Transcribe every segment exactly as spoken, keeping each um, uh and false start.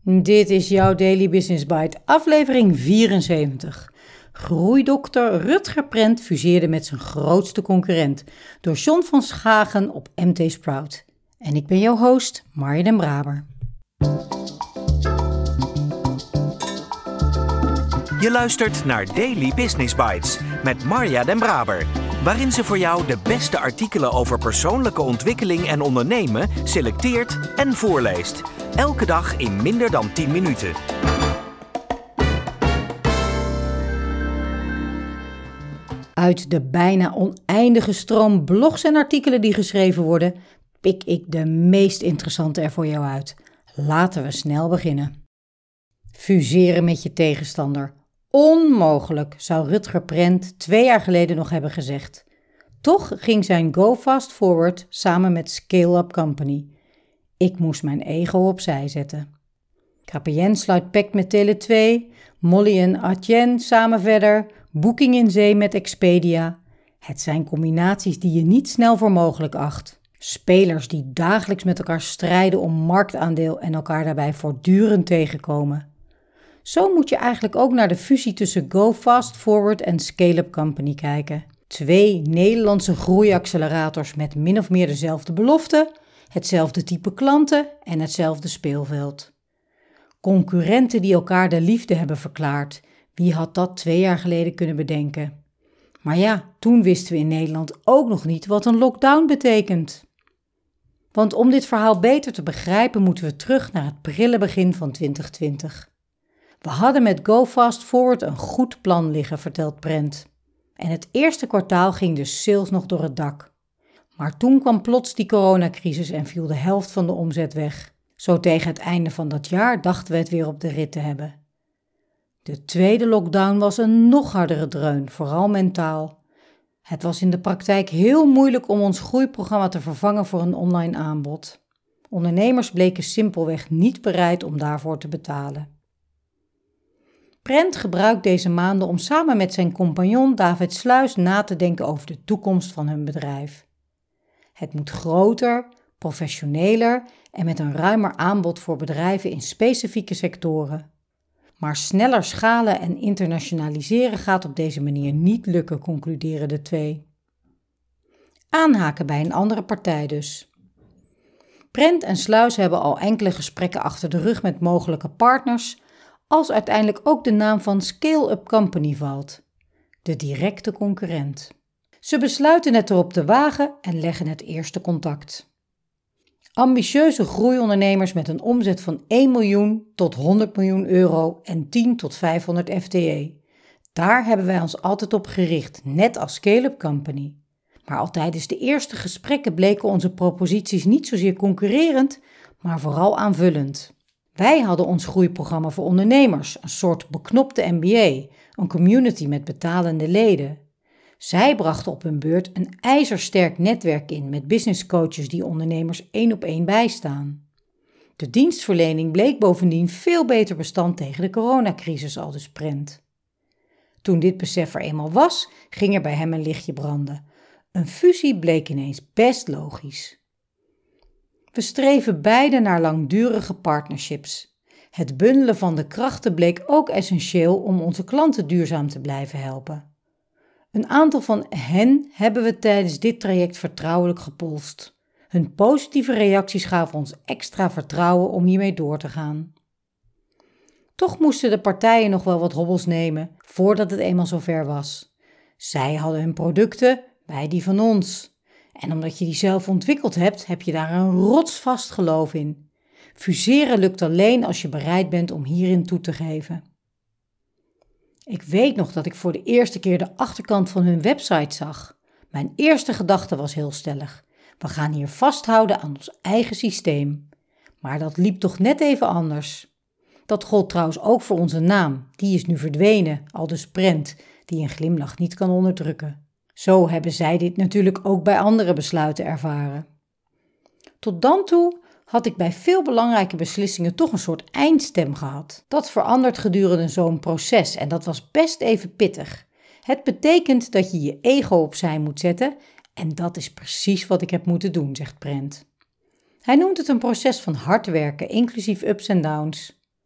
Dit is jouw Daily Business Bite, aflevering vierenzeventig. Groeidokter Rutger Prent fuseerde met zijn grootste concurrent, door John van Schagen op M T Sprout. En ik ben jouw host, Marja den Braber. Je luistert naar Daily Business Bites met Marja den Braber, waarin ze voor jou de beste artikelen over persoonlijke ontwikkeling en ondernemen selecteert en voorleest. Elke dag in minder dan tien minuten. Uit de bijna oneindige stroom blogs en artikelen die geschreven worden, pik ik de meest interessante er voor jou uit. Laten we snel beginnen. Fuseren met je tegenstander. Onmogelijk, zou Rutger Prent twee jaar geleden nog hebben gezegd. Toch ging zijn Go Fast Forward samen met Scale Up Company. Ik moest mijn ego opzij zetten. K P N sluit pact met Tele twee, Molly en Adyen samen verder, Booking in zee met Expedia. Het zijn combinaties die je niet snel voor mogelijk acht. Spelers die dagelijks met elkaar strijden om marktaandeel en elkaar daarbij voortdurend tegenkomen. Zo moet je eigenlijk ook naar de fusie tussen Go Fast Forward en Scale Up Company kijken. Twee Nederlandse groeiaccelerators met min of meer dezelfde beloften, hetzelfde type klanten en hetzelfde speelveld. Concurrenten die elkaar de liefde hebben verklaard. Wie had dat twee jaar geleden kunnen bedenken? Maar ja, toen wisten we in Nederland ook nog niet wat een lockdown betekent. Want om dit verhaal beter te begrijpen moeten we terug naar het prille begin van twintig twintig. We hadden met Go Fast Forward een goed plan liggen, vertelt Prent. En het eerste kwartaal ging de sales nog door het dak. Maar toen kwam plots die coronacrisis en viel de helft van de omzet weg. Zo tegen het einde van dat jaar dachten we het weer op de rit te hebben. De tweede lockdown was een nog hardere dreun, vooral mentaal. Het was in de praktijk heel moeilijk om ons groeiprogramma te vervangen voor een online aanbod. Ondernemers bleken simpelweg niet bereid om daarvoor te betalen. Prent gebruikt deze maanden om samen met zijn compagnon David Sluis na te denken over de toekomst van hun bedrijf. Het moet groter, professioneler en met een ruimer aanbod voor bedrijven in specifieke sectoren. Maar sneller schalen en internationaliseren gaat op deze manier niet lukken, concluderen de twee. Aanhaken bij een andere partij dus. Prent en Sluis hebben al enkele gesprekken achter de rug met mogelijke partners, als uiteindelijk ook de naam van Scale Up Company valt, de directe concurrent. Ze besluiten het erop te wagen en leggen het eerste contact. Ambitieuze groeiondernemers met een omzet van één miljoen tot honderd miljoen euro en tien tot vijfhonderd F T E. Daar hebben wij ons altijd op gericht, net als Scale Up Company. Maar al tijdens de eerste gesprekken bleken onze proposities niet zozeer concurrerend, maar vooral aanvullend. Wij hadden ons groeiprogramma voor ondernemers, een soort beknopte M B A, een community met betalende leden. Zij brachten op hun beurt een ijzersterk netwerk in met businesscoaches die ondernemers één op één bijstaan. De dienstverlening bleek bovendien veel beter bestand tegen de coronacrisis, aldus Prent. Toen dit besef er eenmaal was, ging er bij hem een lichtje branden. Een fusie bleek ineens best logisch. We streven beide naar langdurige partnerships. Het bundelen van de krachten bleek ook essentieel om onze klanten duurzaam te blijven helpen. Een aantal van hen hebben we tijdens dit traject vertrouwelijk gepolst. Hun positieve reacties gaven ons extra vertrouwen om hiermee door te gaan. Toch moesten de partijen nog wel wat hobbels nemen voordat het eenmaal zover was. Zij hadden hun producten, wij die van ons. En omdat je die zelf ontwikkeld hebt, heb je daar een rotsvast geloof in. Fuseren lukt alleen als je bereid bent om hierin toe te geven. Ik weet nog dat ik voor de eerste keer de achterkant van hun website zag. Mijn eerste gedachte was heel stellig. We gaan hier vasthouden aan ons eigen systeem. Maar dat liep toch net even anders. Dat gold trouwens ook voor onze naam. Die is nu verdwenen, aldus Prent, die een glimlach niet kan onderdrukken. Zo hebben zij dit natuurlijk ook bij andere besluiten ervaren. Tot dan toe had ik bij veel belangrijke beslissingen toch een soort eindstem gehad. Dat verandert gedurende zo'n proces en dat was best even pittig. Het betekent dat je je ego opzij moet zetten en dat is precies wat ik heb moeten doen, zegt Prent. Hij noemt het een proces van hard werken, inclusief ups en downs.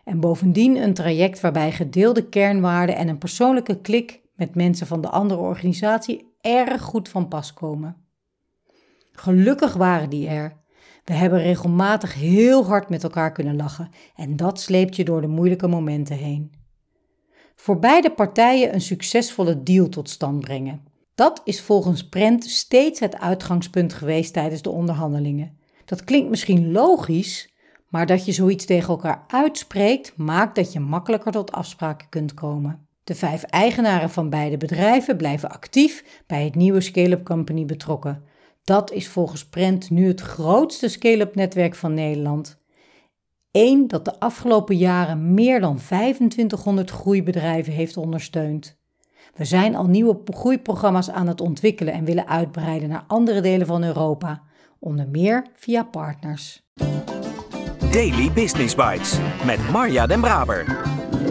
En bovendien een traject waarbij gedeelde kernwaarden en een persoonlijke klik met mensen van de andere organisatie erg goed van pas komen. Gelukkig waren die er. We hebben regelmatig heel hard met elkaar kunnen lachen en dat sleept je door de moeilijke momenten heen. Voor beide partijen een succesvolle deal tot stand brengen. Dat is volgens Brent steeds het uitgangspunt geweest tijdens de onderhandelingen. Dat klinkt misschien logisch, maar dat je zoiets tegen elkaar uitspreekt, maakt dat je makkelijker tot afspraken kunt komen. De vijf eigenaren van beide bedrijven blijven actief bij het nieuwe Scale-up Company betrokken. Dat is volgens Brent nu het grootste scale-up netwerk van Nederland. Eén dat de afgelopen jaren meer dan vijfentwintighonderd groeibedrijven heeft ondersteund. We zijn al nieuwe groeiprogramma's aan het ontwikkelen en willen uitbreiden naar andere delen van Europa, onder meer via partners. Daily Business Bites met Marja den Braber.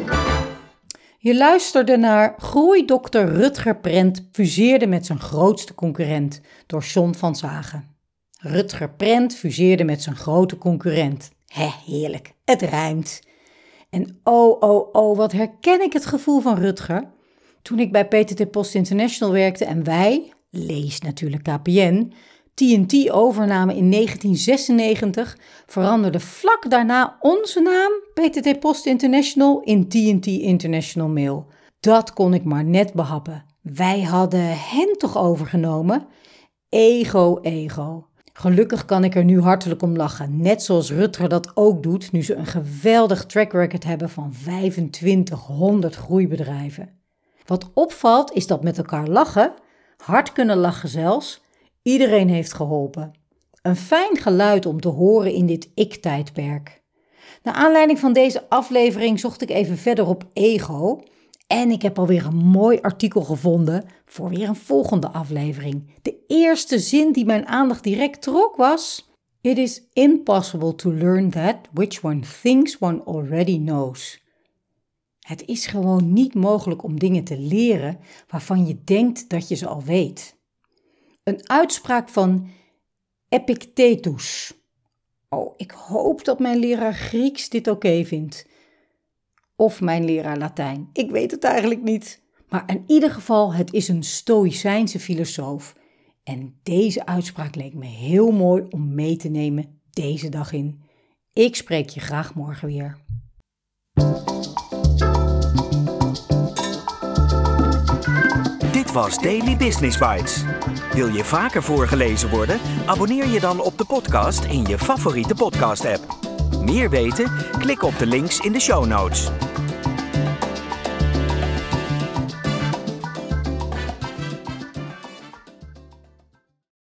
Je luisterde naar groeidokter Rutger Prent fuseerde met zijn grootste concurrent door John van Zagen. Rutger Prent fuseerde met zijn grote concurrent. Hé, heerlijk, het rijmt. En oh, oh, oh, wat herken ik het gevoel van Rutger. Toen ik bij P T T Post International werkte en wij, lees natuurlijk K P N, T en T overnamen in negentien zesennegentig, veranderde vlak daarna onze naam, P T T Post International, in T en T International Mail. Dat kon ik maar net behappen. Wij hadden hen toch overgenomen? Ego, ego. Gelukkig kan ik er nu hartelijk om lachen, net zoals Rutger dat ook doet, nu ze een geweldig track record hebben van vijfentwintighonderd groeibedrijven. Wat opvalt is dat met elkaar lachen, hard kunnen lachen zelfs, iedereen heeft geholpen. Een fijn geluid om te horen in dit ik-tijdperk. Naar aanleiding van deze aflevering zocht ik even verder op ego en ik heb alweer een mooi artikel gevonden voor weer een volgende aflevering. De eerste zin die mijn aandacht direct trok was: It is impossible to learn that which one thinks one already knows. Het is gewoon niet mogelijk om dingen te leren waarvan je denkt dat je ze al weet. Een uitspraak van Epictetus. Oh, ik hoop dat mijn leraar Grieks dit oké vindt. Of mijn leraar Latijn. Ik weet het eigenlijk niet. Maar in ieder geval, het is een Stoïcijnse filosoof. En deze uitspraak leek me heel mooi om mee te nemen deze dag in. Ik spreek je graag morgen weer. Dit was Daily Business Bites. Wil je vaker voorgelezen worden? Abonneer je dan op de podcast in je favoriete podcast-app. Meer weten? Klik op de links in de show notes.